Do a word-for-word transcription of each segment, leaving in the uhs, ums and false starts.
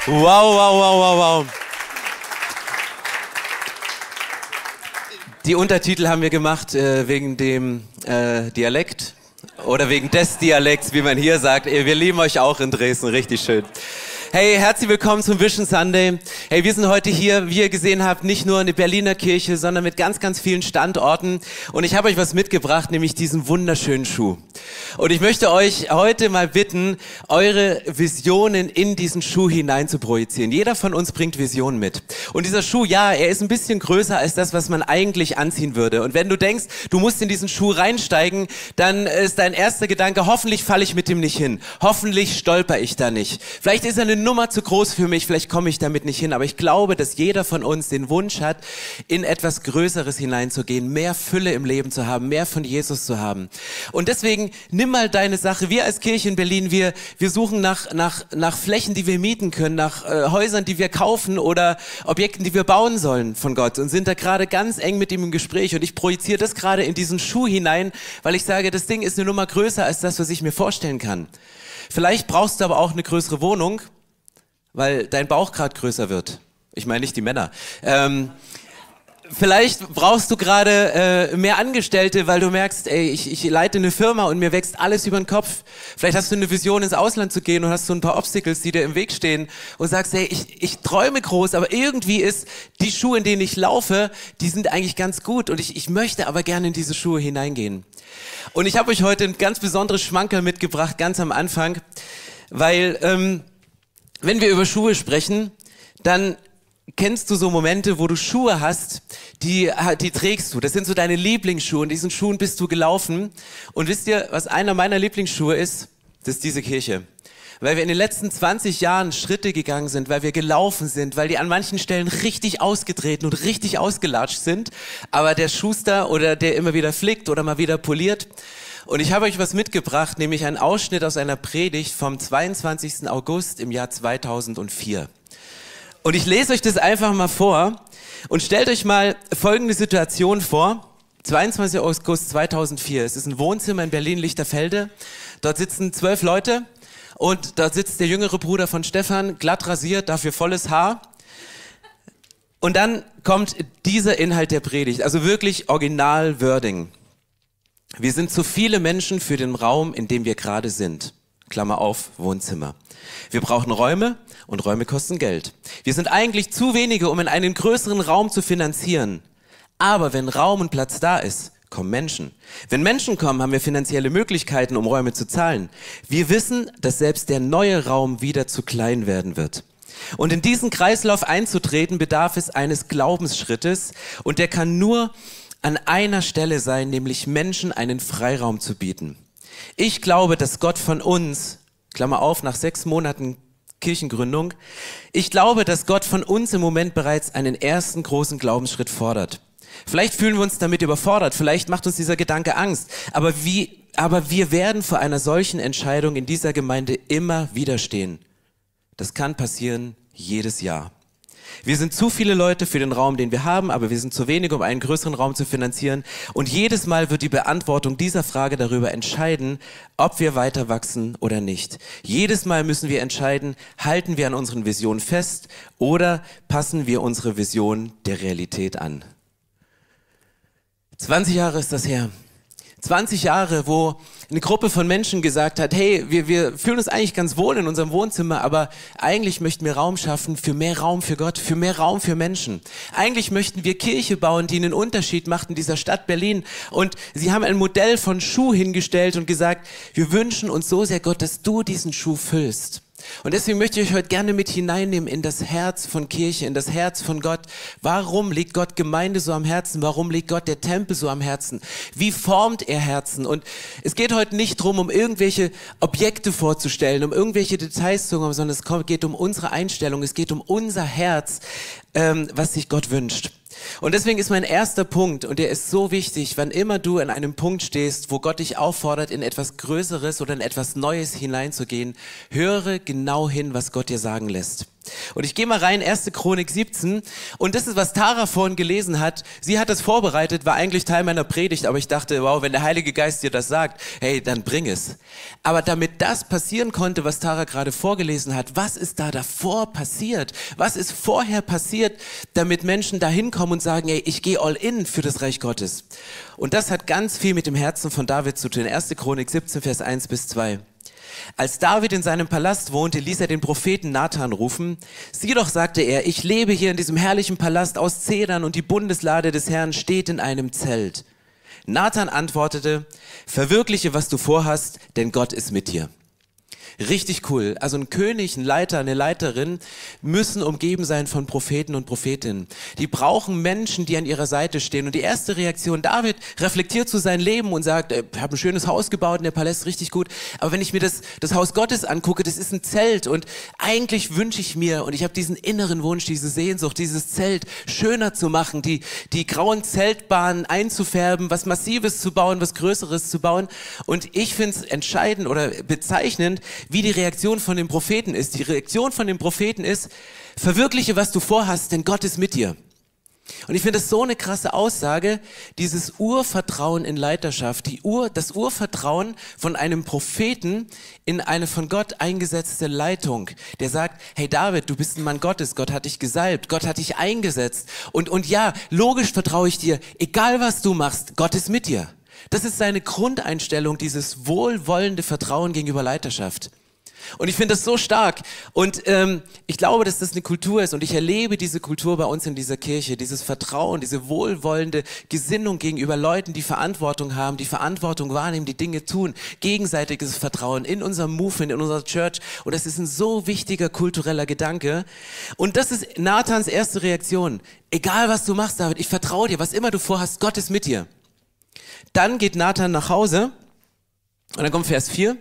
Wow, wow, wow, wow, wow. Die Untertitel haben wir gemacht äh, wegen dem äh, Dialekt oder wegen des Dialekts, wie man hier sagt. Wir lieben euch auch in Dresden, richtig schön. Hey, herzlich willkommen zum Vision Sunday. Hey, wir sind heute hier, wie ihr gesehen habt, nicht nur in der Berliner Kirche, sondern mit ganz, ganz vielen Standorten. Und ich habe euch was mitgebracht, nämlich diesen wunderschönen Schuh. Und ich möchte euch heute mal bitten, eure Visionen in diesen Schuh hinein zu projizieren. Jeder von uns bringt Visionen mit. Und dieser Schuh, ja, er ist ein bisschen größer als das, was man eigentlich anziehen würde. Und wenn du denkst, du musst in diesen Schuh reinsteigen, dann ist dein erster Gedanke, hoffentlich falle ich mit dem nicht hin. Hoffentlich stolper ich da nicht. Vielleicht ist er eine Nummer zu groß für mich, vielleicht komme ich damit nicht hin, aber ich glaube, dass jeder von uns den Wunsch hat, in etwas Größeres hineinzugehen, mehr Fülle im Leben zu haben, mehr von Jesus zu haben. Und deswegen nimm mal deine Sache. Wir als Kirche in Berlin, wir, wir suchen nach, nach, nach Flächen, die wir mieten können, nach äh, Häusern, die wir kaufen oder Objekten, die wir bauen sollen von Gott und sind da gerade ganz eng mit ihm im Gespräch und ich projiziere das gerade in diesen Schuh hinein, weil ich sage, das Ding ist eine Nummer größer als das, was ich mir vorstellen kann. Vielleicht brauchst du aber auch eine größere Wohnung, weil dein Bauch gerade größer wird. Ich meine nicht die Männer. Ähm, vielleicht brauchst du gerade äh, mehr Angestellte, weil du merkst, ey, ich, ich leite eine Firma und mir wächst alles über den Kopf. Vielleicht hast du eine Vision, ins Ausland zu gehen und hast so ein paar Obstacles, die dir im Weg stehen und sagst, ey, ich, ich träume groß, aber irgendwie ist die Schuhe, in denen ich laufe, die sind eigentlich ganz gut und ich, ich möchte aber gerne in diese Schuhe hineingehen. Und ich habe euch heute ein ganz besonderes Schmankerl mitgebracht, ganz am Anfang, weil ähm, wenn wir über Schuhe sprechen, dann kennst du so Momente, wo du Schuhe hast, die, die trägst du. Das sind so deine Lieblingsschuhe. Und diesen Schuhen bist du gelaufen. Und wisst ihr, was einer meiner Lieblingsschuhe ist? Das ist diese Kirche. Weil wir in den letzten zwanzig Jahren Schritte gegangen sind, weil wir gelaufen sind, weil die an manchen Stellen richtig ausgetreten und richtig ausgelatscht sind. Aber der Schuster oder der immer wieder flickt oder mal wieder poliert. Und ich habe euch was mitgebracht, nämlich einen Ausschnitt aus einer Predigt vom zweiundzwanzigsten August im Jahr zweitausendvier. Und ich lese euch das einfach mal vor und stellt euch mal folgende Situation vor. zweiundzwanzigster August zweitausendvier. Es ist ein Wohnzimmer in Berlin-Lichterfelde. Dort sitzen zwölf Leute und dort sitzt der jüngere Bruder von Stefan, glatt rasiert, dafür volles Haar. Und dann kommt dieser Inhalt der Predigt, also wirklich Original-Wording. Wir sind zu viele Menschen für den Raum, in dem wir gerade sind. Klammer auf, Wohnzimmer. Wir brauchen Räume und Räume kosten Geld. Wir sind eigentlich zu wenige, um in einen größeren Raum zu finanzieren. Aber wenn Raum und Platz da ist, kommen Menschen. Wenn Menschen kommen, haben wir finanzielle Möglichkeiten, um Räume zu zahlen. Wir wissen, dass selbst der neue Raum wieder zu klein werden wird. Und in diesen Kreislauf einzutreten, bedarf es eines Glaubensschrittes und der kann nur an einer Stelle sein, nämlich Menschen einen Freiraum zu bieten. Ich glaube, dass Gott von uns, Klammer auf, nach sechs Monaten Kirchengründung, ich glaube, dass Gott von uns im Moment bereits einen ersten großen Glaubensschritt fordert. Vielleicht fühlen wir uns damit überfordert, vielleicht macht uns dieser Gedanke Angst, aber wie, aber wir werden vor einer solchen Entscheidung in dieser Gemeinde immer wieder stehen. Das kann passieren jedes Jahr. Wir sind zu viele Leute für den Raum, den wir haben, aber wir sind zu wenig, um einen größeren Raum zu finanzieren. Und jedes Mal wird die Beantwortung dieser Frage darüber entscheiden, ob wir weiter wachsen oder nicht. Jedes Mal müssen wir entscheiden, halten wir an unseren Visionen fest oder passen wir unsere Vision der Realität an. zwanzig Jahre ist das her. zwanzig Jahre, wo eine Gruppe von Menschen gesagt hat, hey, wir, wir fühlen uns eigentlich ganz wohl in unserem Wohnzimmer, aber eigentlich möchten wir Raum schaffen für mehr Raum für Gott, für mehr Raum für Menschen. Eigentlich möchten wir Kirche bauen, die einen Unterschied macht in dieser Stadt Berlin. Und sie haben ein Modell von Schuh hingestellt und gesagt, wir wünschen uns so sehr, Gott, dass du diesen Schuh füllst. Und deswegen möchte ich euch heute gerne mit hineinnehmen in das Herz von Kirche, in das Herz von Gott. Warum liegt Gott Gemeinde so am Herzen? Warum liegt Gott der Tempel so am Herzen? Wie formt er Herzen? Und es geht heute nicht darum, um irgendwelche Objekte vorzustellen, um irgendwelche Details zu haben, sondern es geht um unsere Einstellung, es geht um unser Herz, ähm, was sich Gott wünscht. Und deswegen ist mein erster Punkt, und der ist so wichtig, wann immer du an einem Punkt stehst, wo Gott dich auffordert, in etwas Größeres oder in etwas Neues hineinzugehen, höre genau hin, was Gott dir sagen lässt. Und ich gehe mal rein, erste Chronik siebzehn, und das ist, was Tara vorhin gelesen hat. Sie hat das vorbereitet, war eigentlich Teil meiner Predigt, aber ich dachte, wow, wenn der Heilige Geist dir das sagt, hey, dann bring es. Aber damit das passieren konnte, was Tara gerade vorgelesen hat, was ist da davor passiert? Was ist vorher passiert, damit Menschen da hinkommen und sagen, hey, ich gehe all in für das Reich Gottes? Und das hat ganz viel mit dem Herzen von David zu tun. erste Chronik siebzehn, Vers eins bis zwei. Als David in seinem Palast wohnte, ließ er den Propheten Nathan rufen. Sieh doch, sagte er, ich lebe hier in diesem herrlichen Palast aus Zedern und die Bundeslade des Herrn steht in einem Zelt. Nathan antwortete, verwirkliche, was du vorhast, denn Gott ist mit dir. Richtig cool. Also ein König, ein Leiter, eine Leiterin müssen umgeben sein von Propheten und Prophetinnen. Die brauchen Menschen, die an ihrer Seite stehen. Und die erste Reaktion, David reflektiert zu seinem Leben und sagt, ich habe ein schönes Haus gebaut und der Palast richtig gut. Aber wenn ich mir das, das Haus Gottes angucke, das ist ein Zelt. Und eigentlich wünsche ich mir, und ich habe diesen inneren Wunsch, diese Sehnsucht, dieses Zelt schöner zu machen, die, die grauen Zeltbahnen einzufärben, was Massives zu bauen, was Größeres zu bauen. Und ich finde es entscheidend oder bezeichnend, wie die Reaktion von dem Propheten ist. Die Reaktion von dem Propheten ist, verwirkliche, was du vorhast, denn Gott ist mit dir. Und ich finde das so eine krasse Aussage, dieses Urvertrauen in Leiterschaft, die Ur, das Urvertrauen von einem Propheten in eine von Gott eingesetzte Leitung, der sagt, hey David, du bist ein Mann Gottes, Gott hat dich gesalbt, Gott hat dich eingesetzt. Und, und ja, logisch vertraue ich dir, egal was du machst, Gott ist mit dir. Das ist seine Grundeinstellung, dieses wohlwollende Vertrauen gegenüber Leiterschaft. Und ich finde das so stark. Und ähm, ich glaube, dass das eine Kultur ist. Und ich erlebe diese Kultur bei uns in dieser Kirche. Dieses Vertrauen, diese wohlwollende Gesinnung gegenüber Leuten, die Verantwortung haben, die Verantwortung wahrnehmen, die Dinge tun. Gegenseitiges Vertrauen in unserem Movement, in unserer Church. Und das ist ein so wichtiger kultureller Gedanke. Und das ist Nathans erste Reaktion. Egal, was du machst, David, ich vertraue dir. Was immer du vorhast, Gott ist mit dir. Dann geht Nathan nach Hause. Und dann kommt Vers vier.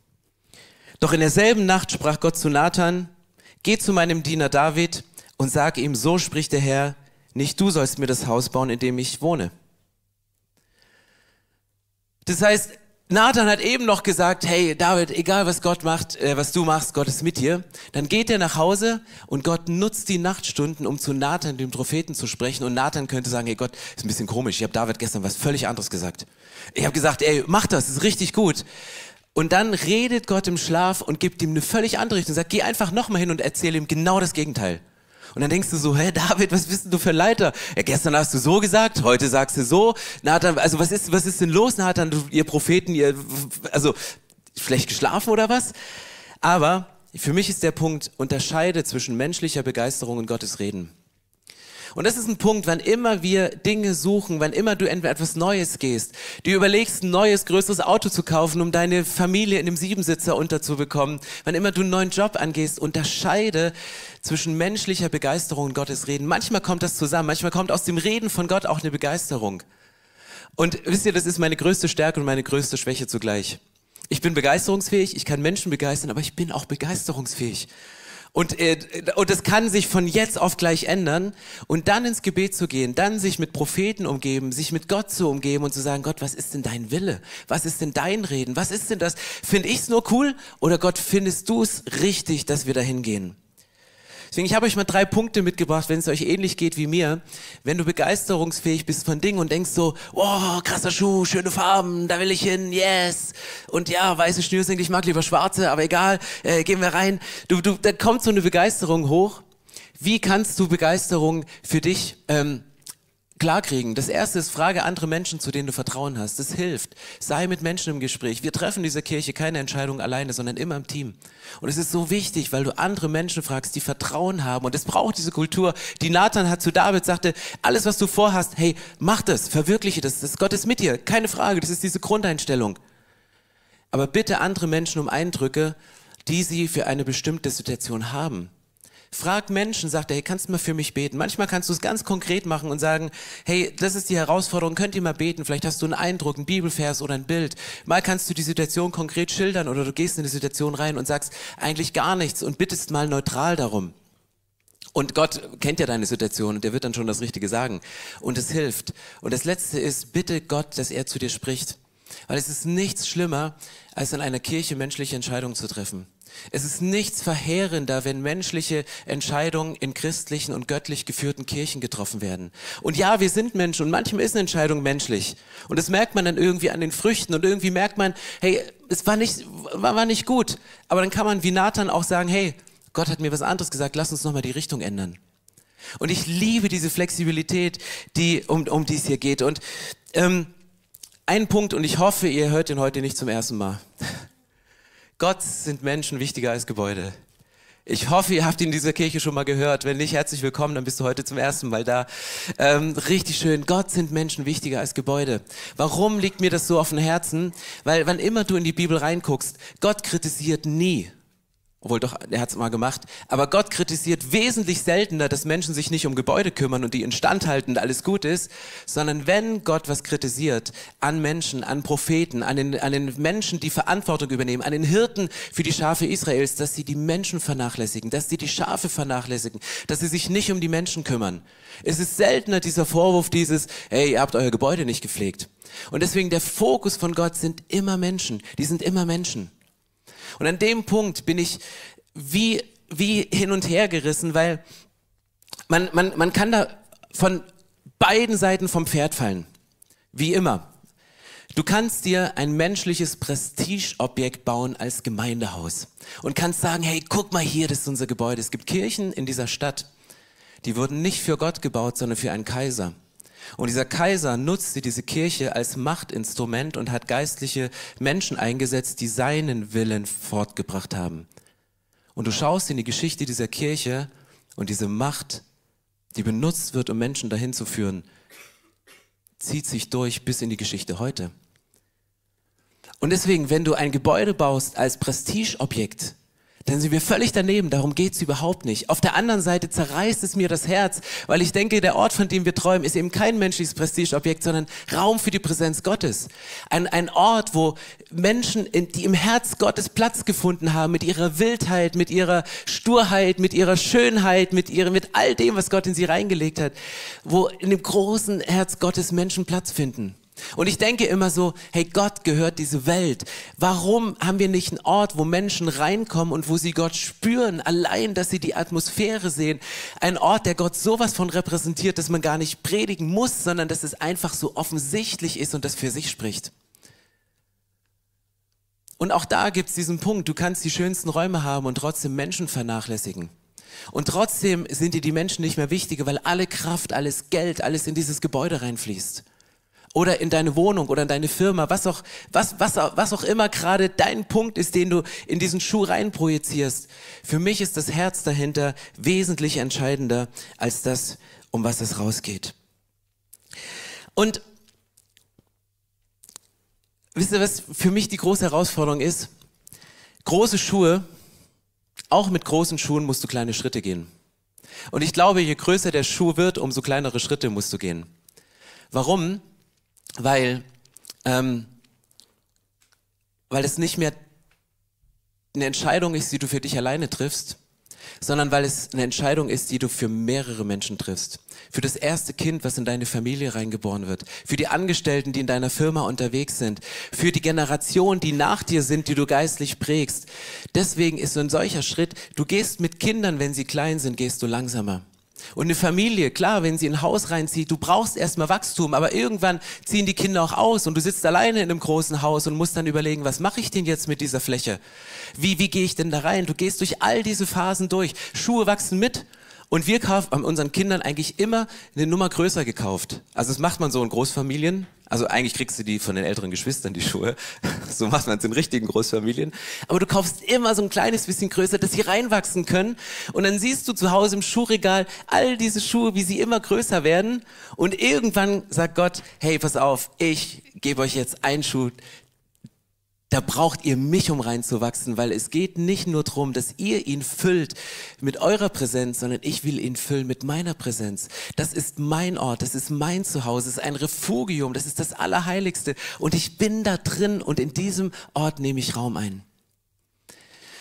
Doch in derselben Nacht sprach Gott zu Nathan, geh zu meinem Diener David und sag ihm, so spricht der Herr, nicht du sollst mir das Haus bauen, in dem ich wohne. Das heißt, Nathan hat eben noch gesagt, hey David, egal was Gott macht, äh, was du machst, Gott ist mit dir. Dann geht er nach Hause und Gott nutzt die Nachtstunden, um zu Nathan, dem Propheten, zu sprechen. Und Nathan könnte sagen, hey Gott, ist ein bisschen komisch, ich habe David gestern was völlig anderes gesagt. Ich habe gesagt, ey, mach das, ist richtig gut. Und dann redet Gott im Schlaf und gibt ihm eine völlig andere Richtung und sagt, geh einfach nochmal hin und erzähl ihm genau das Gegenteil. Und dann denkst du so, hä David, was bist denn du für ein Leiter? Ja, gestern hast du so gesagt, heute sagst du so. Nathan, also was ist, was ist denn los, Nathan, du, ihr Propheten, ihr, also schlecht geschlafen oder was? Aber für mich ist der Punkt, unterscheide zwischen menschlicher Begeisterung und Gottes Reden. Und das ist ein Punkt, wann immer wir Dinge suchen, wann immer du entweder etwas Neues gehst, du überlegst, ein neues, größeres Auto zu kaufen, um deine Familie in einem Siebensitzer unterzubekommen, wann immer du einen neuen Job angehst, unterscheide zwischen menschlicher Begeisterung und Gottes Reden. Manchmal kommt das zusammen, manchmal kommt aus dem Reden von Gott auch eine Begeisterung. Und wisst ihr, das ist meine größte Stärke und meine größte Schwäche zugleich. Ich bin begeisterungsfähig, ich kann Menschen begeistern, aber ich bin auch begeisterungsfähig. Und, äh, und das kann sich von jetzt auf gleich ändern. Und dann ins Gebet zu gehen, dann sich mit Propheten umgeben, sich mit Gott zu umgeben und zu sagen, Gott, was ist denn dein Wille? Was ist denn dein Reden? Was ist denn das? Finde ich es nur cool? Oder Gott, findest du es richtig, dass wir da hingehen? Deswegen, ich habe euch mal drei Punkte mitgebracht, wenn es euch ähnlich geht wie mir. Wenn du begeisterungsfähig bist von Dingen und denkst so, oh, krasser Schuh, schöne Farben, da will ich hin, yes. Und ja, weiße Schnürsenkel, ich mag lieber schwarze, aber egal, äh, gehen wir rein. Du, du, da kommt so eine Begeisterung hoch. Wie kannst du Begeisterung für dich ähm, klarkriegen? Das erste ist, frage andere Menschen, zu denen du Vertrauen hast. Das hilft. Sei mit Menschen im Gespräch. Wir treffen in dieser Kirche keine Entscheidung alleine, sondern immer im Team. Und es ist so wichtig, weil du andere Menschen fragst, die Vertrauen haben. Und es braucht diese Kultur, die Nathan hat zu David, sagte, alles, was du vorhast, hey, mach das, verwirkliche das. das. Gott ist mit dir, keine Frage. Das ist diese Grundeinstellung. Aber bitte andere Menschen um Eindrücke, die sie für eine bestimmte Situation haben. Frag Menschen, sagt er, hey, kannst du mal für mich beten? Manchmal kannst du es ganz konkret machen und sagen, hey, das ist die Herausforderung, könnt ihr mal beten? Vielleicht hast du einen Eindruck, einen Bibelvers oder ein Bild. Mal kannst du die Situation konkret schildern oder du gehst in die Situation rein und sagst eigentlich gar nichts und bittest mal neutral darum. Und Gott kennt ja deine Situation und der wird dann schon das Richtige sagen. Und es hilft. Und das Letzte ist, bitte Gott, dass er zu dir spricht. Weil es ist nichts schlimmer, als in einer Kirche menschliche Entscheidungen zu treffen. Es ist nichts verheerender, wenn menschliche Entscheidungen in christlichen und göttlich geführten Kirchen getroffen werden. Und ja, wir sind Menschen und manchmal ist eine Entscheidung menschlich. Und das merkt man dann irgendwie an den Früchten und irgendwie merkt man, hey, es war nicht, war, war nicht gut. Aber dann kann man wie Nathan auch sagen, hey, Gott hat mir was anderes gesagt, lass uns nochmal die Richtung ändern. Und ich liebe diese Flexibilität, die, um, um die es hier geht. Und ähm, ein Punkt, und ich hoffe, ihr hört ihn heute nicht zum ersten Mal. Gott sind Menschen wichtiger als Gebäude. Ich hoffe, ihr habt ihn in dieser Kirche schon mal gehört. Wenn nicht, herzlich willkommen, dann bist du heute zum ersten Mal da. Ähm, richtig schön. Gott sind Menschen wichtiger als Gebäude. Warum liegt mir das so auf dem Herzen? Weil wann immer du in die Bibel reinguckst, Gott kritisiert nie. Obwohl doch, er hat es mal gemacht. Aber Gott kritisiert wesentlich seltener, dass Menschen sich nicht um Gebäude kümmern und die instand halten und alles gut ist, sondern wenn Gott was kritisiert an Menschen, an Propheten, an den, an den Menschen, die Verantwortung übernehmen, an den Hirten für die Schafe Israels, dass sie die Menschen vernachlässigen, dass sie die Schafe vernachlässigen, dass sie sich nicht um die Menschen kümmern. Es ist seltener dieser Vorwurf dieses, hey, ihr habt euer Gebäude nicht gepflegt. Und deswegen der Fokus von Gott sind immer Menschen. Die sind immer Menschen. Und an dem Punkt bin ich wie, wie hin und her gerissen, weil man, man, man kann da von beiden Seiten vom Pferd fallen. Wie immer. Du kannst dir ein menschliches Prestigeobjekt bauen als Gemeindehaus und kannst sagen, hey, guck mal hier, das ist unser Gebäude. Es gibt Kirchen in dieser Stadt, die wurden nicht für Gott gebaut, sondern für einen Kaiser. Und dieser Kaiser nutzte diese Kirche als Machtinstrument und hat geistliche Menschen eingesetzt, die seinen Willen fortgebracht haben. Und du schaust in die Geschichte dieser Kirche und diese Macht, die benutzt wird, um Menschen dahin zu führen, zieht sich durch bis in die Geschichte heute. Und deswegen, wenn du ein Gebäude baust als Prestigeobjekt, dann sind wir völlig daneben, darum geht's überhaupt nicht. Auf der anderen Seite zerreißt es mir das Herz, weil ich denke, der Ort, von dem wir träumen, ist eben kein menschliches Prestigeobjekt, sondern Raum für die Präsenz Gottes. Ein, ein Ort, wo Menschen, die im Herz Gottes Platz gefunden haben, mit ihrer Wildheit, mit ihrer Sturheit, mit ihrer Schönheit, mit, ihrer, mit all dem, was Gott in sie reingelegt hat, wo in dem großen Herz Gottes Menschen Platz finden. Und ich denke immer so, hey, Gott gehört diese Welt. Warum haben wir nicht einen Ort, wo Menschen reinkommen und wo sie Gott spüren, allein, dass sie die Atmosphäre sehen? Ein Ort, der Gott sowas von repräsentiert, dass man gar nicht predigen muss, sondern dass es einfach so offensichtlich ist und das für sich spricht. Und auch da gibt es diesen Punkt, du kannst die schönsten Räume haben und trotzdem Menschen vernachlässigen. Und trotzdem sind dir die Menschen nicht mehr wichtig, weil alle Kraft, alles Geld, alles in dieses Gebäude reinfließt. Oder in deine Wohnung oder in deine Firma, was auch, was, was, was auch immer gerade dein Punkt ist, den du in diesen Schuh reinprojizierst. Für mich ist das Herz dahinter wesentlich entscheidender als das, um was es rausgeht. Und wisst ihr, was für mich die große Herausforderung ist? Große Schuhe, auch mit großen Schuhen musst du kleine Schritte gehen. Und ich glaube, je größer der Schuh wird, umso kleinere Schritte musst du gehen. Warum? Weil, ähm, weil es nicht mehr eine Entscheidung ist, die du für dich alleine triffst, sondern weil es eine Entscheidung ist, die du für mehrere Menschen triffst. Für das erste Kind, was in deine Familie reingeboren wird. Für die Angestellten, die in deiner Firma unterwegs sind. Für die Generation, die nach dir sind, die du geistlich prägst. Deswegen ist so ein solcher Schritt, du gehst mit Kindern, wenn sie klein sind, gehst du langsamer. Und eine Familie, klar, wenn sie in ein Haus reinzieht, du brauchst erstmal Wachstum, aber irgendwann ziehen die Kinder auch aus und du sitzt alleine in einem großen Haus und musst dann überlegen, was mache ich denn jetzt mit dieser Fläche? Wie, wie gehe ich denn da rein? Du gehst durch all diese Phasen durch. Schuhe wachsen mit. Und wir kaufen, haben unseren Kindern eigentlich immer eine Nummer größer gekauft. Also das macht man so in Großfamilien. Also eigentlich kriegst du die von den älteren Geschwistern, die Schuhe. So macht man es in richtigen Großfamilien. Aber du kaufst immer so ein kleines bisschen größer, dass sie reinwachsen können. Und dann siehst du zu Hause im Schuhregal all diese Schuhe, wie sie immer größer werden. Und irgendwann sagt Gott, hey, pass auf, ich gebe euch jetzt einen Schuh. Da braucht ihr mich, um reinzuwachsen, weil es geht nicht nur darum, dass ihr ihn füllt mit eurer Präsenz, sondern ich will ihn füllen mit meiner Präsenz. Das ist mein Ort, das ist mein Zuhause, das ist ein Refugium, das ist das Allerheiligste und ich bin da drin und in diesem Ort nehme ich Raum ein.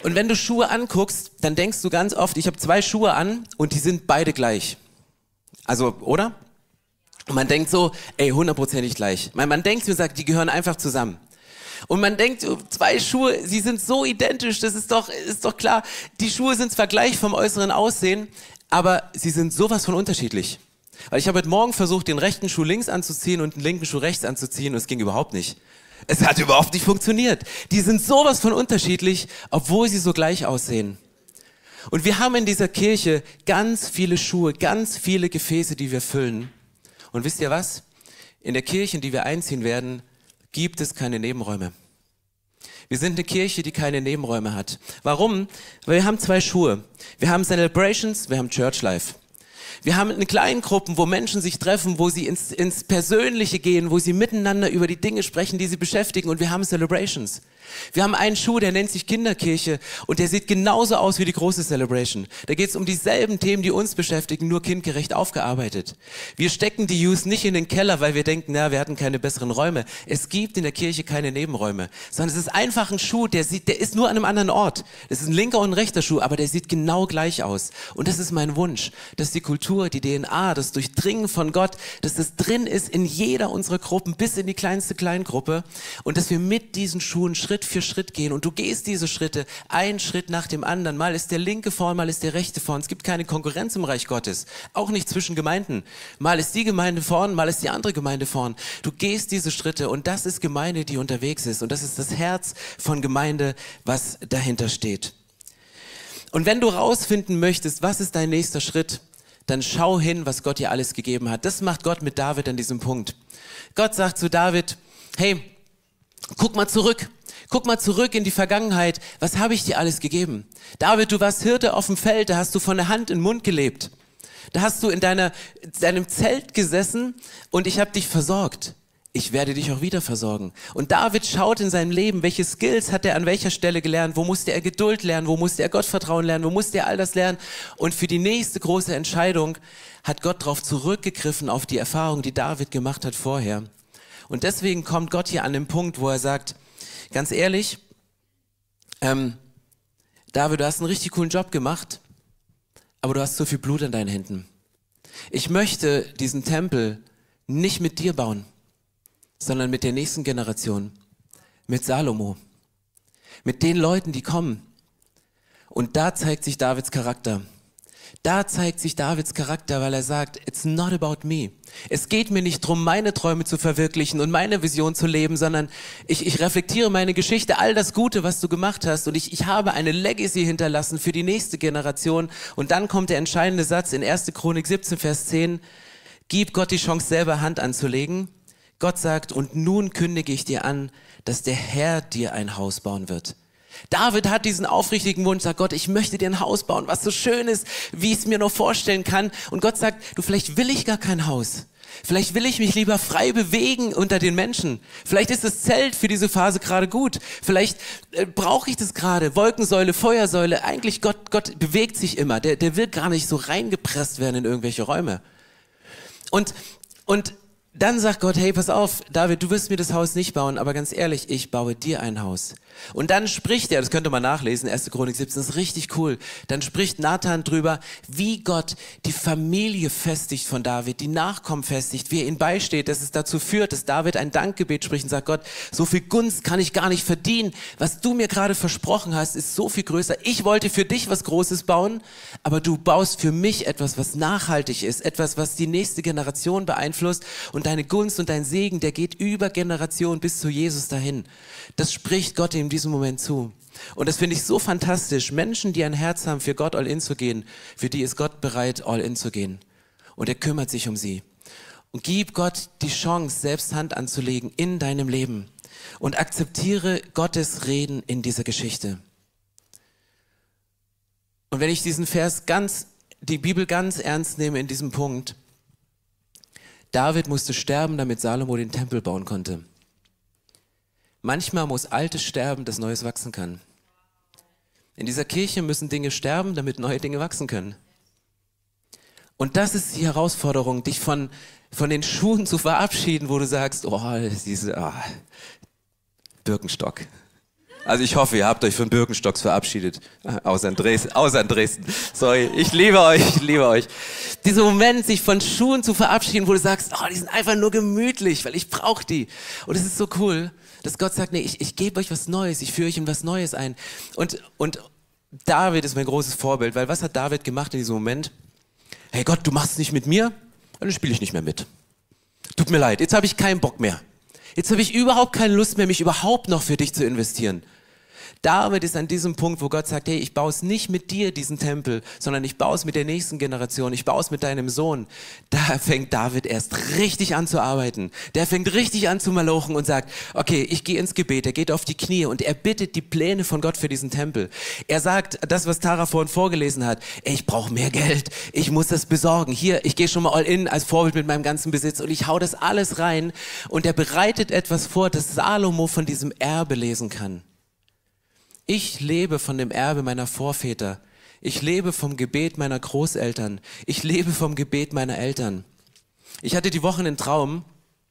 Und wenn du Schuhe anguckst, dann denkst du ganz oft, ich habe zwei Schuhe an und die sind beide gleich. Also, oder? Und man denkt so, ey, hundertprozentig gleich. Man, man denkt und sagt, die gehören einfach zusammen. Und man denkt, zwei Schuhe, sie sind so identisch, das ist doch, ist doch klar. Die Schuhe sind zwar gleich vom äußeren Aussehen, aber sie sind sowas von unterschiedlich. Weil ich habe heute Morgen versucht, den rechten Schuh links anzuziehen und den linken Schuh rechts anzuziehen und es ging überhaupt nicht. Es hat überhaupt nicht funktioniert. Die sind sowas von unterschiedlich, obwohl sie so gleich aussehen. Und wir haben in dieser Kirche ganz viele Schuhe, ganz viele Gefäße, die wir füllen. Und wisst ihr was? In der Kirche, in die wir einziehen werden, gibt es keine Nebenräume. Wir sind eine Kirche, die keine Nebenräume hat. Warum? Weil wir haben zwei Schuhe. Wir haben Celebrations, wir haben Church Life. Wir haben in kleinen Gruppen, wo Menschen sich treffen, wo sie ins, ins Persönliche gehen, wo sie miteinander über die Dinge sprechen, die sie beschäftigen. Und wir haben Celebrations. Wir haben einen Schuh, der nennt sich Kinderkirche und der sieht genauso aus wie die große Celebration. Da geht es um dieselben Themen, die uns beschäftigen, nur kindgerecht aufgearbeitet. Wir stecken die Youth nicht in den Keller, weil wir denken, na, wir hatten keine besseren Räume. Es gibt in der Kirche keine Nebenräume, sondern es ist einfach ein Schuh, der sieht, der ist nur an einem anderen Ort. Das ist ein linker und ein rechter Schuh, aber der sieht genau gleich aus. Und das ist mein Wunsch, dass die Kultur, die D N A, das Durchdringen von Gott, dass das drin ist in jeder unserer Gruppen, bis in die kleinste Kleingruppe und dass wir mit diesen Schuhen Schritt für Schritt gehen und du gehst diese Schritte, einen Schritt nach dem anderen. Mal ist der linke vorn, mal ist der rechte vorn. Es gibt keine Konkurrenz im Reich Gottes, auch nicht zwischen Gemeinden. Mal ist die Gemeinde vorn, mal ist die andere Gemeinde vorn. Du gehst diese Schritte und das ist Gemeinde, die unterwegs ist und das ist das Herz von Gemeinde, was dahinter steht. Und wenn du rausfinden möchtest, was ist dein nächster Schritt, dann schau hin, was Gott dir alles gegeben hat. Das macht Gott mit David an diesem Punkt. Gott sagt zu David, hey, guck mal zurück. Guck mal zurück in die Vergangenheit. Was habe ich dir alles gegeben? David, du warst Hirte auf dem Feld, da hast du von der Hand in den Mund gelebt. Da hast du in deiner, deinem Zelt gesessen und ich habe dich versorgt. Ich werde dich auch wieder versorgen. Und David schaut in seinem Leben, welche Skills hat er an welcher Stelle gelernt, wo musste er Geduld lernen, wo musste er Gottvertrauen lernen, wo musste er all das lernen. Und für die nächste große Entscheidung hat Gott darauf zurückgegriffen, auf die Erfahrung, die David gemacht hat vorher. Und deswegen kommt Gott hier an den Punkt, wo er sagt, ganz ehrlich, ähm, David, du hast einen richtig coolen Job gemacht, aber du hast so viel Blut an deinen Händen. Ich möchte diesen Tempel nicht mit dir bauen, sondern mit der nächsten Generation, mit Salomo, mit den Leuten, die kommen. Und da zeigt sich Davids Charakter. Da zeigt sich Davids Charakter, weil er sagt, it's not about me. Es geht mir nicht darum, meine Träume zu verwirklichen und meine Vision zu leben, sondern ich, ich reflektiere meine Geschichte, all das Gute, was du gemacht hast und ich, ich habe eine Legacy hinterlassen für die nächste Generation. Und dann kommt der entscheidende Satz in erster Chronik siebzehn, Vers zehn, gib Gott die Chance, selber Hand anzulegen. Gott sagt, und nun kündige ich dir an, dass der Herr dir ein Haus bauen wird. David hat diesen aufrichtigen Wunsch, sagt Gott, ich möchte dir ein Haus bauen, was so schön ist, wie ich es mir nur vorstellen kann. Und Gott sagt, du, vielleicht will ich gar kein Haus. Vielleicht will ich mich lieber frei bewegen unter den Menschen. Vielleicht ist das Zelt für diese Phase gerade gut. Vielleicht äh, brauche ich das gerade. Wolkensäule, Feuersäule. Eigentlich Gott, Gott bewegt sich immer. Der, der will gar nicht so reingepresst werden in irgendwelche Räume. Und, und dann sagt Gott, hey, pass auf, David, du wirst mir das Haus nicht bauen, aber ganz ehrlich, ich baue dir ein Haus. Und dann spricht er, das könnt ihr mal nachlesen, erster Chronik siebzehn, das ist richtig cool. Dann spricht Nathan drüber, wie Gott die Familie festigt von David, die Nachkommen festigt, wie er ihn beisteht, dass es dazu führt, dass David ein Dankgebet spricht und sagt, Gott, so viel Gunst kann ich gar nicht verdienen. Was du mir gerade versprochen hast, ist so viel größer. Ich wollte für dich was Großes bauen, aber du baust für mich etwas, was nachhaltig ist, etwas, was die nächste Generation beeinflusst. Und deine Gunst und dein Segen, der geht über Generationen bis zu Jesus dahin. Das spricht Gott in diesem Moment zu. Und das finde ich so fantastisch. Menschen, die ein Herz haben, für Gott all in zu gehen, für die ist Gott bereit, all in zu gehen. Und er kümmert sich um sie. Und gib Gott die Chance, selbst Hand anzulegen in deinem Leben. Und akzeptiere Gottes Reden in dieser Geschichte. Und wenn ich diesen Vers ganz, die Bibel ganz ernst nehme in diesem Punkt, David musste sterben, damit Salomo den Tempel bauen konnte. Manchmal muss Altes sterben, dass Neues wachsen kann. In dieser Kirche müssen Dinge sterben, damit neue Dinge wachsen können. Und das ist die Herausforderung, dich von, von den Schuhen zu verabschieden, wo du sagst, oh, diese, oh, Birkenstock. Also ich hoffe, ihr habt euch von Birkenstocks verabschiedet. Außer in Dresden. Außer in Dresden. Sorry, ich liebe euch, ich liebe euch. Dieser Moment, sich von Schuhen zu verabschieden, wo du sagst, oh, die sind einfach nur gemütlich, weil ich brauche die. Und es ist so cool, dass Gott sagt, nee, ich, ich gebe euch was Neues, ich führe euch in was Neues ein. Und, und David ist mein großes Vorbild, weil was hat David gemacht in diesem Moment? Hey Gott, du machst es nicht mit mir, dann spiele ich nicht mehr mit. Tut mir leid, jetzt habe ich keinen Bock mehr. Jetzt habe ich überhaupt keine Lust mehr, mich überhaupt noch für dich zu investieren. David ist an diesem Punkt, wo Gott sagt, hey, ich baue es nicht mit dir, diesen Tempel, sondern ich baue es mit der nächsten Generation, ich baue es mit deinem Sohn. Da fängt David erst richtig an zu arbeiten. Der fängt richtig an zu malochen und sagt, okay, ich gehe ins Gebet, er geht auf die Knie und er bittet die Pläne von Gott für diesen Tempel. Er sagt, das, was Tara vorhin vorgelesen hat, ey, ich brauche mehr Geld, ich muss das besorgen. Hier, ich gehe schon mal all in als Vorbild mit meinem ganzen Besitz und ich hau das alles rein und er bereitet etwas vor, dass Salomo von diesem Erbe lesen kann. Ich lebe von dem Erbe meiner Vorväter. Ich lebe vom Gebet meiner Großeltern. Ich lebe vom Gebet meiner Eltern. Ich hatte die Woche einen Traum,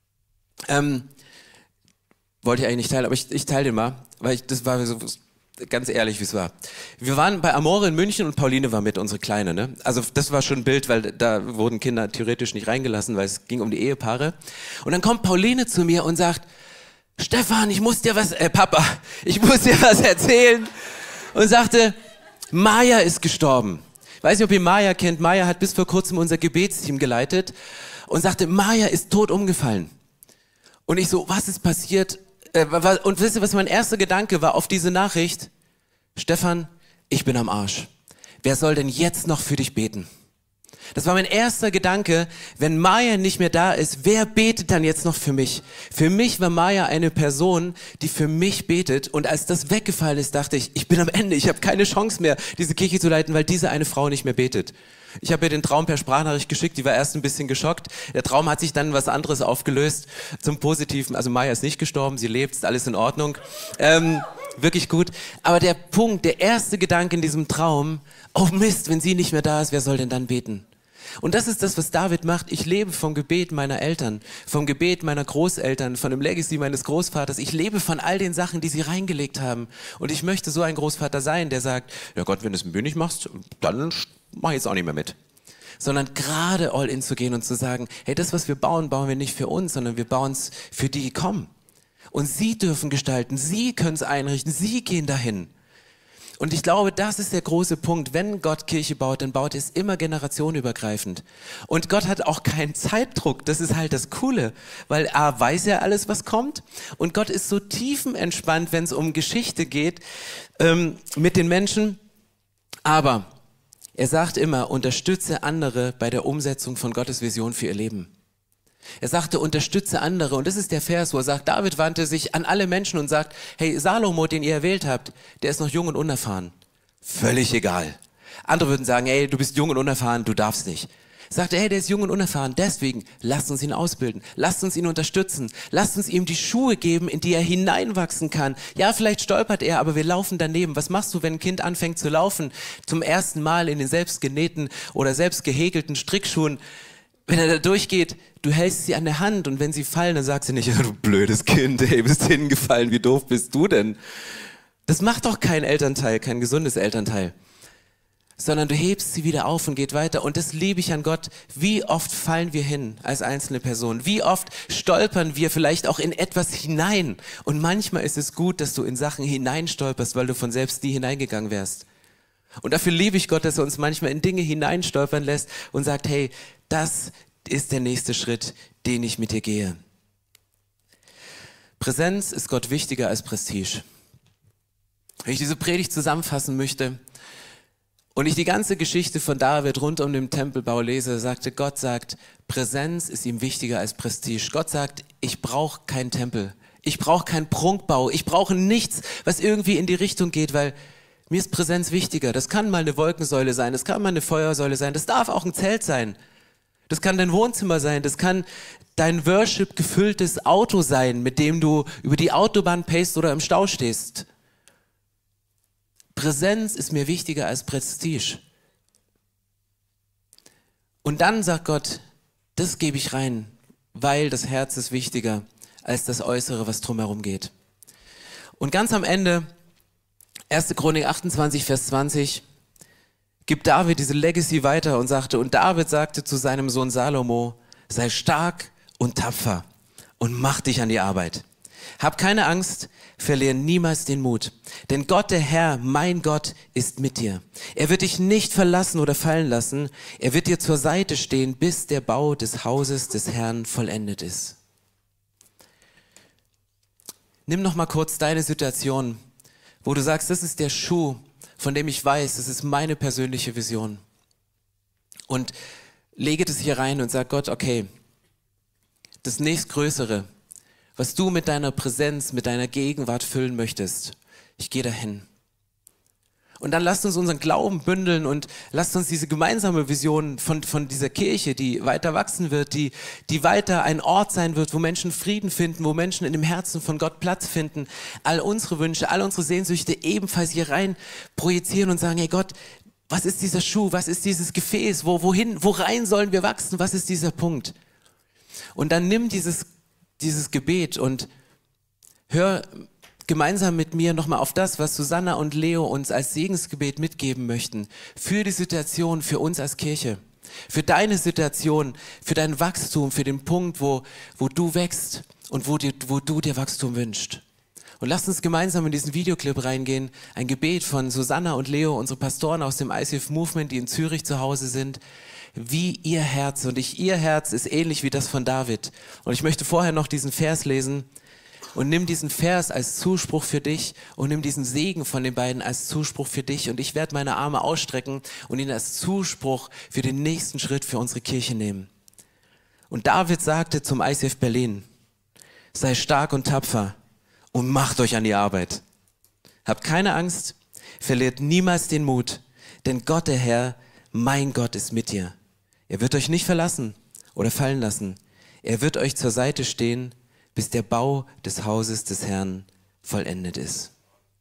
ähm, wollte ich eigentlich nicht teilen, aber ich, ich teile den mal, weil ich, das war so ganz ehrlich, wie es war. Wir waren bei Amore in München und Pauline war mit, unsere Kleine. Ne? Also das war schon ein Bild, weil da wurden Kinder theoretisch nicht reingelassen, weil es ging um die Ehepaare. Und dann kommt Pauline zu mir und sagt, Stefan, ich muss dir was, äh, Papa, ich muss dir was erzählen. Und sagte, Maya ist gestorben. Ich weiß nicht, ob ihr Maya kennt. Maya hat bis vor kurzem unser Gebetsteam geleitet und sagte, Maya ist tot umgefallen. Und ich so, was ist passiert? Äh, und wisst ihr, was mein erster Gedanke war auf diese Nachricht? Stefan, ich bin am Arsch. Wer soll denn jetzt noch für dich beten? Das war mein erster Gedanke, wenn Maya nicht mehr da ist, wer betet dann jetzt noch für mich? Für mich war Maya eine Person, die für mich betet und als das weggefallen ist, dachte ich, ich bin am Ende, ich habe keine Chance mehr, diese Kirche zu leiten, weil diese eine Frau nicht mehr betet. Ich habe ihr den Traum per Sprachnachricht geschickt, die war erst ein bisschen geschockt. Der Traum hat sich dann was anderes aufgelöst, zum Positiven. Also Maya ist nicht gestorben, sie lebt, ist alles in Ordnung. Ähm, wirklich gut. Aber der Punkt, der erste Gedanke in diesem Traum, oh Mist, wenn sie nicht mehr da ist, wer soll denn dann beten? Und das ist das, was David macht. Ich lebe vom Gebet meiner Eltern, vom Gebet meiner Großeltern, von dem Legacy meines Großvaters. Ich lebe von all den Sachen, die sie reingelegt haben. Und ich möchte so ein Großvater sein, der sagt, ja Gott, wenn du es mit mir nicht machst, dann mach ich jetzt auch nicht mehr mit. Sondern gerade all in zu gehen und zu sagen, hey, das, was wir bauen, bauen wir nicht für uns, sondern wir bauen es für die, die kommen. Und sie dürfen gestalten, sie können es einrichten, sie gehen dahin. Und ich glaube, das ist der große Punkt. Wenn Gott Kirche baut, dann baut er es immer generationenübergreifend. Und Gott hat auch keinen Zeitdruck. Das ist halt das Coole. Weil A, weiß er alles, was kommt. Und Gott ist so tiefenentspannt, wenn es um Geschichte geht, ähm, mit den Menschen. Aber er sagt immer, unterstütze andere bei der Umsetzung von Gottes Vision für ihr Leben. Er sagte, unterstütze andere. Und das ist der Vers, wo er sagt, David wandte sich an alle Menschen und sagt, hey, Salomo, den ihr erwählt habt, der ist noch jung und unerfahren. Völlig egal. Andere würden sagen, hey, du bist jung und unerfahren, du darfst nicht. Er sagte, hey, der ist jung und unerfahren, deswegen lasst uns ihn ausbilden, lasst uns ihn unterstützen, lasst uns ihm die Schuhe geben, in die er hineinwachsen kann. Ja, vielleicht stolpert er, aber wir laufen daneben. Was machst du, wenn ein Kind anfängt zu laufen, zum ersten Mal in den selbstgenähten oder selbst gehäkelten Strickschuhen? Wenn er da durchgeht, du hältst sie an der Hand und wenn sie fallen, dann sagst du nicht, du blödes Kind, ey, bist hingefallen, wie doof bist du denn? Das macht doch kein Elternteil, kein gesundes Elternteil. Sondern du hebst sie wieder auf und geht weiter. Und das liebe ich an Gott. Wie oft fallen wir hin als einzelne Person? Wie oft stolpern wir vielleicht auch in etwas hinein? Und manchmal ist es gut, dass du in Sachen hineinstolperst, weil du von selbst nie hineingegangen wärst. Und dafür liebe ich Gott, dass er uns manchmal in Dinge hineinstolpern lässt und sagt, hey, das ist der nächste Schritt, den ich mit dir gehe. Präsenz ist Gott wichtiger als Prestige. Wenn ich diese Predigt zusammenfassen möchte und ich die ganze Geschichte von David rund um den Tempelbau lese, sagte Gott, sagt, Präsenz ist ihm wichtiger als Prestige. Gott sagt, ich brauche keinen Tempel, ich brauche keinen Prunkbau, ich brauche nichts, was irgendwie in die Richtung geht, weil mir ist Präsenz wichtiger. Das kann mal eine Wolkensäule sein, das kann mal eine Feuersäule sein, das darf auch ein Zelt sein. Das kann dein Wohnzimmer sein, das kann dein Worship gefülltes Auto sein, mit dem du über die Autobahn pacest oder im Stau stehst. Präsenz ist mir wichtiger als Prestige. Und dann sagt Gott, das gebe ich rein, weil das Herz ist wichtiger als das Äußere, was drumherum geht. Und ganz am Ende erste Chronik achtundzwanzig, Vers zwanzig, gibt David diese Legacy weiter und sagte, und David sagte zu seinem Sohn Salomo, sei stark und tapfer und mach dich an die Arbeit. Hab keine Angst, verliere niemals den Mut. Denn Gott, der Herr, mein Gott, ist mit dir. Er wird dich nicht verlassen oder fallen lassen. Er wird dir zur Seite stehen, bis der Bau des Hauses des Herrn vollendet ist. Nimm noch mal kurz deine Situation, wo du sagst, das ist der Schuh, von dem ich weiß, das ist meine persönliche Vision. Und lege das hier rein und sag Gott, okay, das nächstgrößere, was du mit deiner Präsenz, mit deiner Gegenwart füllen möchtest, ich gehe dahin. Und dann lasst uns unseren Glauben bündeln und lasst uns diese gemeinsame Vision von, von dieser Kirche, die weiter wachsen wird, die, die weiter ein Ort sein wird, wo Menschen Frieden finden, wo Menschen in dem Herzen von Gott Platz finden, all unsere Wünsche, all unsere Sehnsüchte ebenfalls hier rein projizieren und sagen, hey Gott, was ist dieser Schuh, was ist dieses Gefäß, wo, wohin, wo rein sollen wir wachsen, was ist dieser Punkt? Und dann nimm dieses, dieses Gebet und hör gemeinsam mit mir nochmal auf das, was Susanna und Leo uns als Segensgebet mitgeben möchten. Für die Situation, für uns als Kirche. Für deine Situation, für dein Wachstum, für den Punkt, wo, wo du wächst und wo, dir, wo du dir Wachstum wünschst. Und lasst uns gemeinsam in diesen Videoclip reingehen. Ein Gebet von Susanna und Leo, unsere Pastoren aus dem I C F Movement, die in Zürich zu Hause sind. Wie ihr Herz. Und ich, ihr Herz ist ähnlich wie das von David. Und ich möchte vorher noch diesen Vers lesen. Und nimm diesen Vers als Zuspruch für dich und nimm diesen Segen von den beiden als Zuspruch für dich. Und ich werde meine Arme ausstrecken und ihn als Zuspruch für den nächsten Schritt für unsere Kirche nehmen. Und David sagte zum I C F Berlin, sei stark und tapfer und macht euch an die Arbeit. Habt keine Angst, verliert niemals den Mut, denn Gott, der Herr, mein Gott, ist mit dir. Er wird euch nicht verlassen oder fallen lassen. Er wird euch zur Seite stehen, bis der Bau des Hauses des Herrn vollendet ist.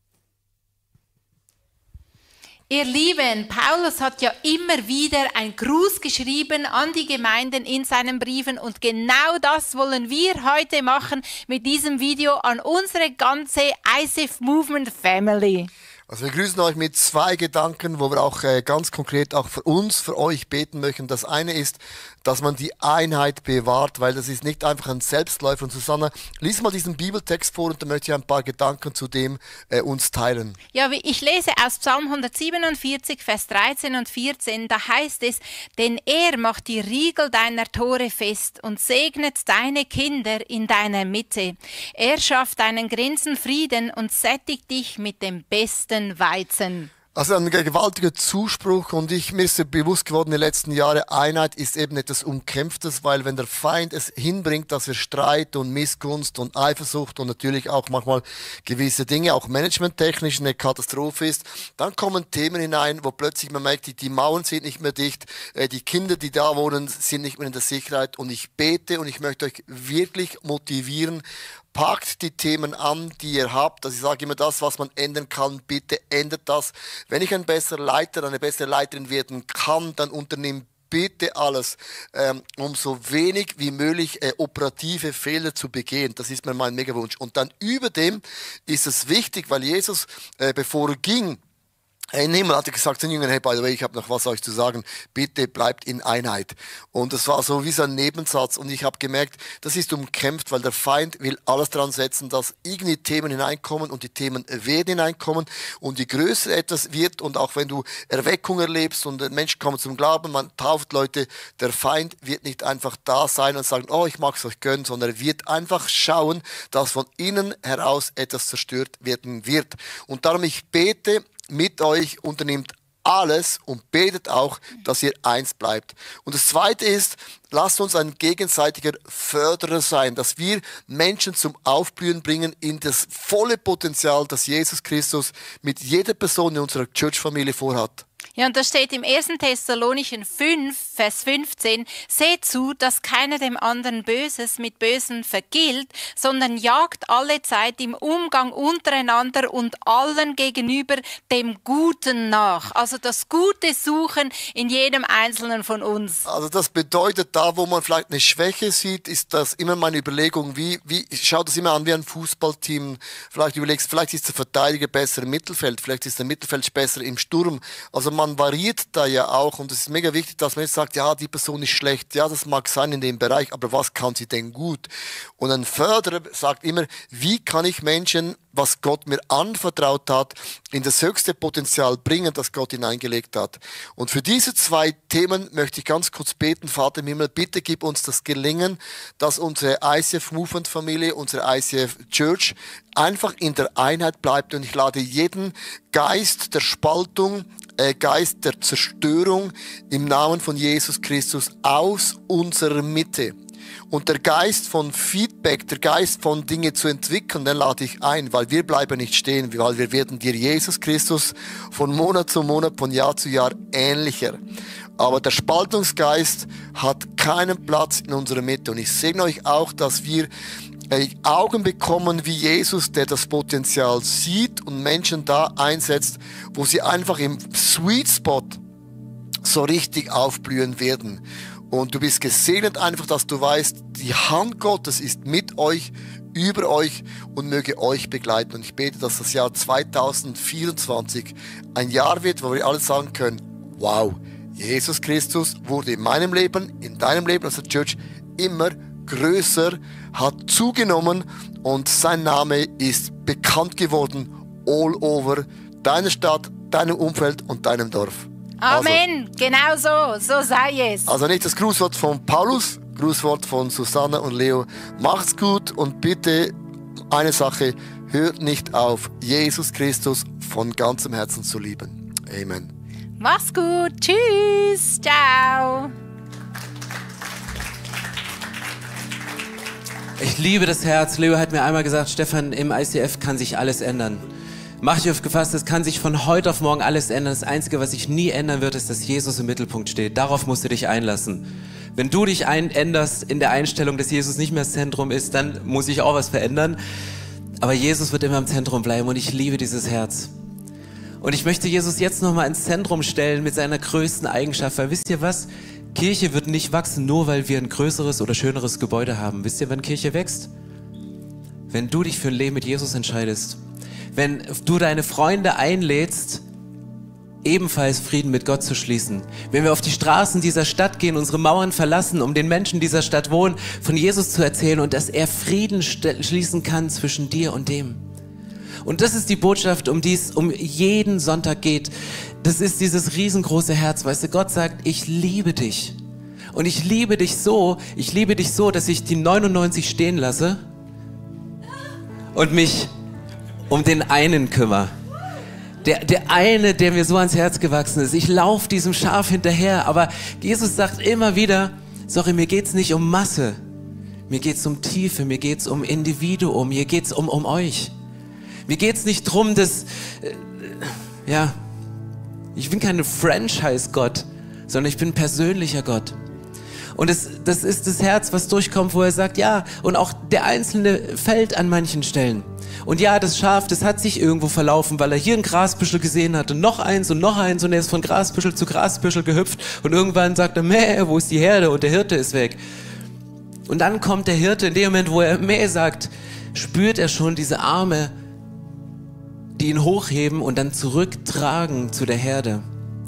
Ihr Lieben, Paulus hat ja immer wieder einen Gruß geschrieben an die Gemeinden in seinen Briefen und genau das wollen wir heute machen mit diesem Video an unsere ganze I C F Movement Family. Also wir grüßen euch mit zwei Gedanken, wo wir auch äh, ganz konkret auch für uns, für euch beten möchten. Das eine ist, dass man die Einheit bewahrt, weil das ist nicht einfach ein Selbstläufer. Und Susanna, lies mal diesen Bibeltext vor und dann möchte ich ein paar Gedanken zu dem äh, uns teilen. Ja, ich lese aus Psalm hundertsiebenundvierzig, Vers dreizehn und vierzehn, da heißt es, denn er macht die Riegel deiner Tore fest und segnet deine Kinder in deiner Mitte. Er schafft deinen Grenzen Frieden und sättigt dich mit dem besten Weizen. Also ein gewaltiger Zuspruch und ich, mir ist bewusst geworden in den letzten Jahren, Einheit ist eben etwas Umkämpftes, weil wenn der Feind es hinbringt, dass wir Streit und Missgunst und Eifersucht und natürlich auch manchmal gewisse Dinge, auch managementtechnisch eine Katastrophe ist, dann kommen Themen hinein, wo plötzlich man merkt, die, die Mauern sind nicht mehr dicht, äh, die Kinder, die da wohnen, sind nicht mehr in der Sicherheit und ich bete und ich möchte euch wirklich motivieren, packt die Themen an, die ihr habt. Also ich sage immer, das, was man ändern kann, bitte ändert das. Wenn ich ein besserer Leiter, eine bessere Leiterin werden kann, dann unternehmt bitte alles, ähm, um so wenig wie möglich äh, operative Fehler zu begehen. Das ist mir mein Megawunsch. Und dann über dem ist es wichtig, weil Jesus, äh, bevor er ging, in den Himmel hat er gesagt zu den Jüngern, hey, by the way, ich habe noch was euch zu sagen, bitte bleibt in Einheit. Und das war so wie so ein Nebensatz und ich habe gemerkt, das ist umkämpft, weil der Feind will alles dran setzen, dass irgendwie Themen hineinkommen und die Themen werden hineinkommen und je größer etwas wird und auch wenn du Erweckung erlebst und Menschen kommen zum Glauben, man tauft Leute, der Feind wird nicht einfach da sein und sagen, oh, ich mag es euch gönnen, sondern er wird einfach schauen, dass von innen heraus etwas zerstört werden wird. Und darum ich bete, mit euch, unternehmt alles und betet auch, dass ihr eins bleibt. Und das Zweite ist, lasst uns ein gegenseitiger Förderer sein, dass wir Menschen zum Aufblühen bringen in das volle Potenzial, das Jesus Christus mit jeder Person in unserer Church-Familie vorhat. Ja, und da steht im ersten Thessalonischen fünf, Vers fünfzehn, seht zu, dass keiner dem anderen Böses mit Bösen vergilt, sondern jagt alle Zeit im Umgang untereinander und allen gegenüber dem Guten nach. Also das Gute suchen in jedem Einzelnen von uns. Also das bedeutet, da wo man vielleicht eine Schwäche sieht, ist das immer meine Überlegung, wie, wie schaut das immer an wie ein Fußballteam. Vielleicht überlegst, vielleicht ist der Verteidiger besser im Mittelfeld, vielleicht ist der Mittelfeld besser im Sturm. Also man variiert da ja auch und es ist mega wichtig, dass man jetzt sagt, ja, die Person ist schlecht, ja, das mag sein in dem Bereich, aber was kann sie denn gut? Und ein Förderer sagt immer, wie kann ich Menschen, was Gott mir anvertraut hat, in das höchste Potenzial bringen, das Gott hineingelegt hat. Und für diese zwei Themen möchte ich ganz kurz beten. Vater im Himmel, bitte gib uns das Gelingen, dass unsere I C F Movement Familie, unsere I C F Church einfach in der Einheit bleibt. Und ich lade jeden Geist der Spaltung, äh, Geist der Zerstörung im Namen von Jesus Christus aus unserer Mitte. Und der Geist von Feedback, der Geist von Dinge zu entwickeln, den lade ich ein, weil wir bleiben nicht stehen, weil wir werden dir Jesus Christus von Monat zu Monat, von Jahr zu Jahr ähnlicher. Aber der Spaltungsgeist hat keinen Platz in unserer Mitte. Und ich segne euch auch, dass wir Augen bekommen wie Jesus, der das Potenzial sieht und Menschen da einsetzt, wo sie einfach im Sweet Spot so richtig aufblühen werden. Und du bist gesegnet einfach, dass du weißt, die Hand Gottes ist mit euch, über euch und möge euch begleiten. Und ich bete, dass das Jahr zweitausendvierundzwanzig ein Jahr wird, wo wir alle sagen können, wow, Jesus Christus wurde in meinem Leben, in deinem Leben als Church immer größer, hat zugenommen und sein Name ist bekannt geworden all over deiner Stadt, deinem Umfeld und deinem Dorf. Amen, also, genau so, so sei es. Also nicht das Grußwort von Paulus, Grußwort von Susanna und Leo. Macht's gut und bitte eine Sache, hört nicht auf, Jesus Christus von ganzem Herzen zu lieben. Amen. Mach's gut, tschüss, ciao. Ich liebe das Herz. Leo hat mir einmal gesagt, Stefan, im I C F kann sich alles ändern. Mach dich auf gefasst, es kann sich von heute auf morgen alles ändern. Das Einzige, was sich nie ändern wird, ist, dass Jesus im Mittelpunkt steht. Darauf musst du dich einlassen. Wenn du dich ein änderst in der Einstellung, dass Jesus nicht mehr das Zentrum ist, dann muss sich auch was verändern. Aber Jesus wird immer im Zentrum bleiben und ich liebe dieses Herz. Und ich möchte Jesus jetzt nochmal ins Zentrum stellen mit seiner größten Eigenschaft. Weil wisst ihr was? Kirche wird nicht wachsen, nur weil wir ein größeres oder schöneres Gebäude haben. Wisst ihr, wann Kirche wächst? Wenn du dich für ein Leben mit Jesus entscheidest. Wenn du deine Freunde einlädst, ebenfalls Frieden mit Gott zu schließen. Wenn wir auf die Straßen dieser Stadt gehen, unsere Mauern verlassen, um den Menschen dieser Stadt wohnen, von Jesus zu erzählen und dass er Frieden schließen kann zwischen dir und dem. Und das ist die Botschaft, um die es um jeden Sonntag geht. Das ist dieses riesengroße Herz. Weißt du, Gott sagt, ich liebe dich. Und ich liebe dich so, ich liebe dich so, dass ich die neunundneunzig stehen lasse und mich um den einen kümmere. Der, der eine, der mir so ans Herz gewachsen ist. Ich laufe diesem Schaf hinterher, aber Jesus sagt immer wieder, sorry, mir geht's nicht um Masse. Mir geht's um Tiefe, mir geht's um Individuum, mir geht's um, um euch. Mir geht's nicht drum, dass, äh, ja, ich bin kein Franchise-Gott, sondern ich bin ein persönlicher Gott. Und das, das ist das Herz, was durchkommt, wo er sagt, ja, und auch der Einzelne fällt an manchen Stellen. Und ja, das Schaf, das hat sich irgendwo verlaufen, weil er hier ein Grasbüschel gesehen hat und noch eins und noch eins und er ist von Grasbüschel zu Grasbüschel gehüpft und irgendwann sagt er, Mäh, wo ist die Herde? Und der Hirte ist weg. Und dann kommt der Hirte, in dem Moment, wo er Mäh sagt, spürt er schon diese Arme, die ihn hochheben und dann zurücktragen zu der Herde.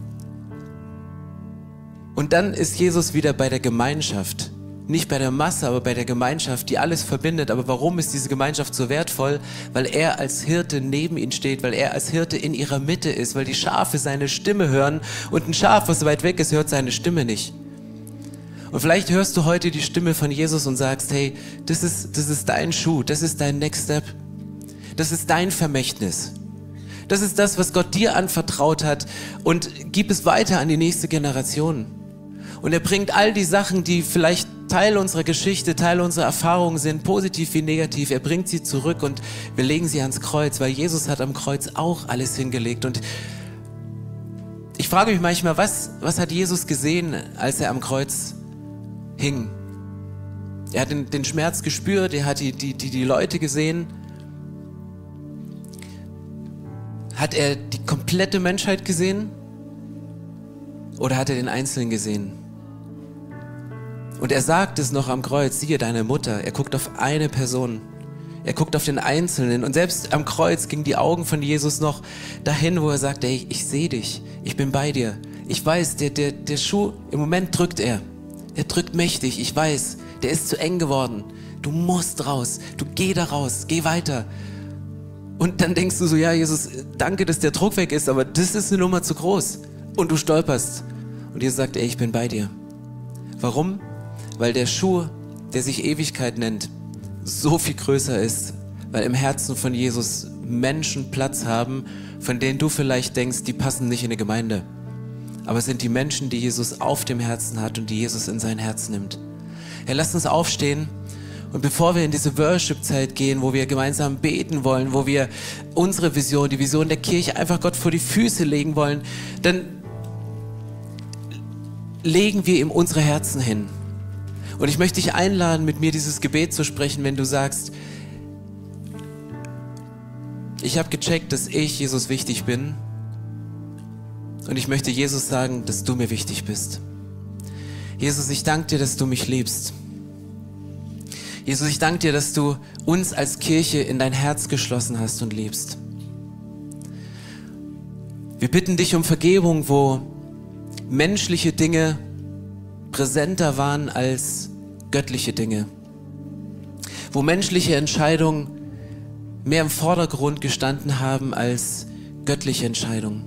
Und dann ist Jesus wieder bei der Gemeinschaft. Nicht bei der Masse, aber bei der Gemeinschaft, die alles verbindet. Aber warum ist diese Gemeinschaft so wertvoll? Weil er als Hirte neben ihnen steht, weil er als Hirte in ihrer Mitte ist, weil die Schafe seine Stimme hören und ein Schaf, was weit weg ist, hört seine Stimme nicht. Und vielleicht hörst du heute die Stimme von Jesus und sagst, hey, das ist, das ist dein Schuh, das ist dein Next Step, das ist dein Vermächtnis. Das ist das, was Gott dir anvertraut hat und gib es weiter an die nächste Generation. Und er bringt all die Sachen, die vielleicht Teil unserer Geschichte, Teil unserer Erfahrungen sind, positiv wie negativ, er bringt sie zurück und wir legen sie ans Kreuz, weil Jesus hat am Kreuz auch alles hingelegt. Und Ich frage mich manchmal, was, was hat Jesus gesehen, als er am Kreuz hing? Er hat den, den Schmerz gespürt, er hat die, die, die, die Leute gesehen. Hat er die komplette Menschheit gesehen? Oder hat er den Einzelnen gesehen? Und er sagt es noch am Kreuz, siehe deine Mutter. Er guckt auf eine Person. Er guckt auf den Einzelnen. Und selbst am Kreuz gingen die Augen von Jesus noch dahin, wo er sagt, ey, ich sehe dich, ich bin bei dir. Ich weiß, der, der, der Schuh, im Moment drückt er. Er drückt mächtig, ich weiß, der ist zu eng geworden. Du musst raus, du geh da raus, geh weiter. Und dann denkst du so, ja Jesus, danke, dass der Druck weg ist, aber das ist eine Nummer zu groß. Und du stolperst. Und Jesus sagt, ey, ich bin bei dir. Warum? Weil der Schuh, der sich Ewigkeit nennt, so viel größer ist. Weil im Herzen von Jesus Menschen Platz haben, von denen du vielleicht denkst, die passen nicht in eine Gemeinde. Aber es sind die Menschen, die Jesus auf dem Herzen hat und die Jesus in sein Herz nimmt. Hey, lasst uns aufstehen. Und bevor wir in diese Worship-Zeit gehen, wo wir gemeinsam beten wollen, wo wir unsere Vision, die Vision der Kirche einfach Gott vor die Füße legen wollen, dann legen wir ihm unsere Herzen hin. Und ich möchte dich einladen, mit mir dieses Gebet zu sprechen, wenn du sagst, ich habe gecheckt, dass ich Jesus wichtig bin und ich möchte Jesus sagen, dass du mir wichtig bist. Jesus, ich danke dir, dass du mich liebst. Jesus, ich danke dir, dass du uns als Kirche in dein Herz geschlossen hast und liebst. Wir bitten dich um Vergebung, wo menschliche Dinge präsenter waren als göttliche Dinge. Wo menschliche Entscheidungen mehr im Vordergrund gestanden haben als göttliche Entscheidungen.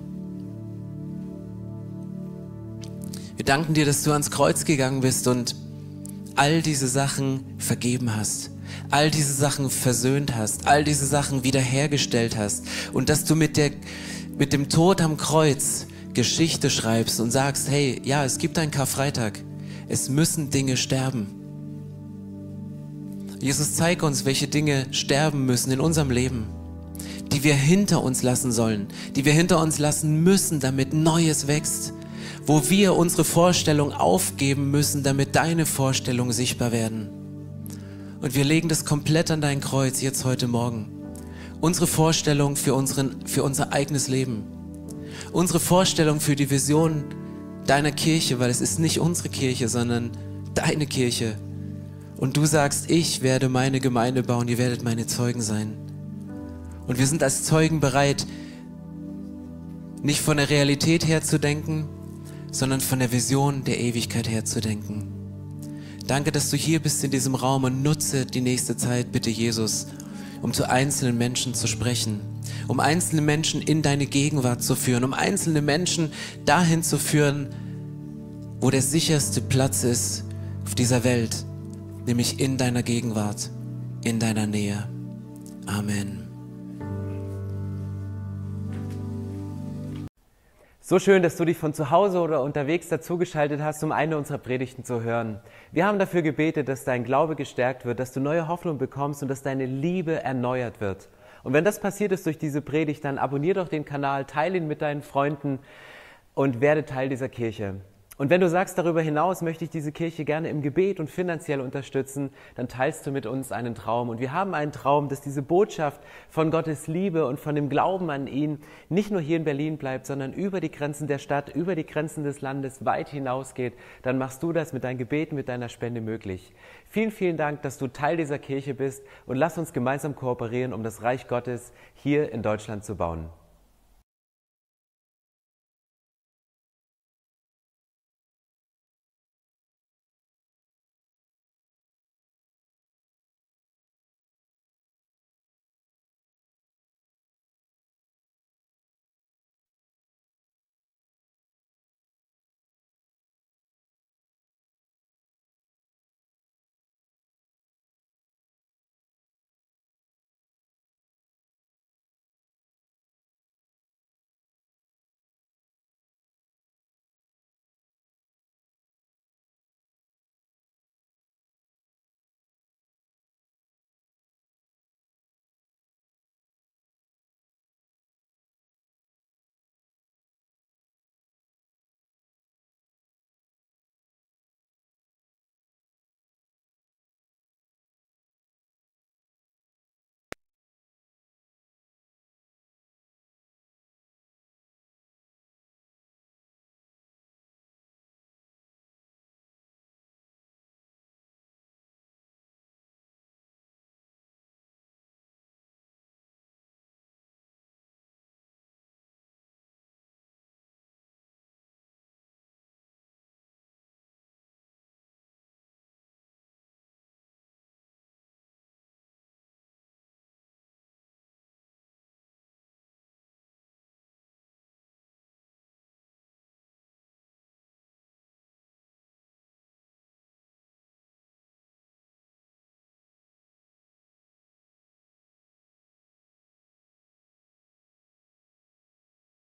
Wir danken dir, dass du ans Kreuz gegangen bist und all diese Sachen vergeben hast, all diese Sachen versöhnt hast, all diese Sachen wiederhergestellt hast und dass du mit der, mit dem Tod am Kreuz Geschichte schreibst und sagst, hey, ja, es gibt einen Karfreitag, es müssen Dinge sterben. Jesus, zeig uns, welche Dinge sterben müssen in unserem Leben, die wir hinter uns lassen sollen, die wir hinter uns lassen müssen, damit Neues wächst, wo wir unsere Vorstellung aufgeben müssen, damit deine Vorstellungen sichtbar werden. Und wir legen das komplett an dein Kreuz jetzt heute Morgen. Unsere Vorstellung für, unseren, für unser eigenes Leben. Unsere Vorstellung für die Vision deiner Kirche, weil es ist nicht unsere Kirche, sondern deine Kirche. Und du sagst, ich werde meine Gemeinde bauen, ihr werdet meine Zeugen sein. Und wir sind als Zeugen bereit, nicht von der Realität her zu denken, sondern von der Vision der Ewigkeit her zu denken. Danke, dass du hier bist in diesem Raum und nutze die nächste Zeit, bitte Jesus, um zu einzelnen Menschen zu sprechen, um einzelne Menschen in deine Gegenwart zu führen, um einzelne Menschen dahin zu führen, wo der sicherste Platz ist auf dieser Welt, nämlich in deiner Gegenwart, in deiner Nähe. Amen. So schön, dass du dich von zu Hause oder unterwegs dazugeschaltet hast, um eine unserer Predigten zu hören. Wir haben dafür gebetet, dass dein Glaube gestärkt wird, dass du neue Hoffnung bekommst und dass deine Liebe erneuert wird. Und wenn das passiert ist durch diese Predigt, dann abonniere doch den Kanal, teile ihn mit deinen Freunden und werde Teil dieser Kirche. Und wenn du sagst, darüber hinaus möchte ich diese Kirche gerne im Gebet und finanziell unterstützen, dann teilst du mit uns einen Traum. Und wir haben einen Traum, dass diese Botschaft von Gottes Liebe und von dem Glauben an ihn nicht nur hier in Berlin bleibt, sondern über die Grenzen der Stadt, über die Grenzen des Landes weit hinausgeht. Dann machst du das mit deinen Gebeten, mit deiner Spende möglich. Vielen, vielen Dank, dass du Teil dieser Kirche bist und lass uns gemeinsam kooperieren, um das Reich Gottes hier in Deutschland zu bauen.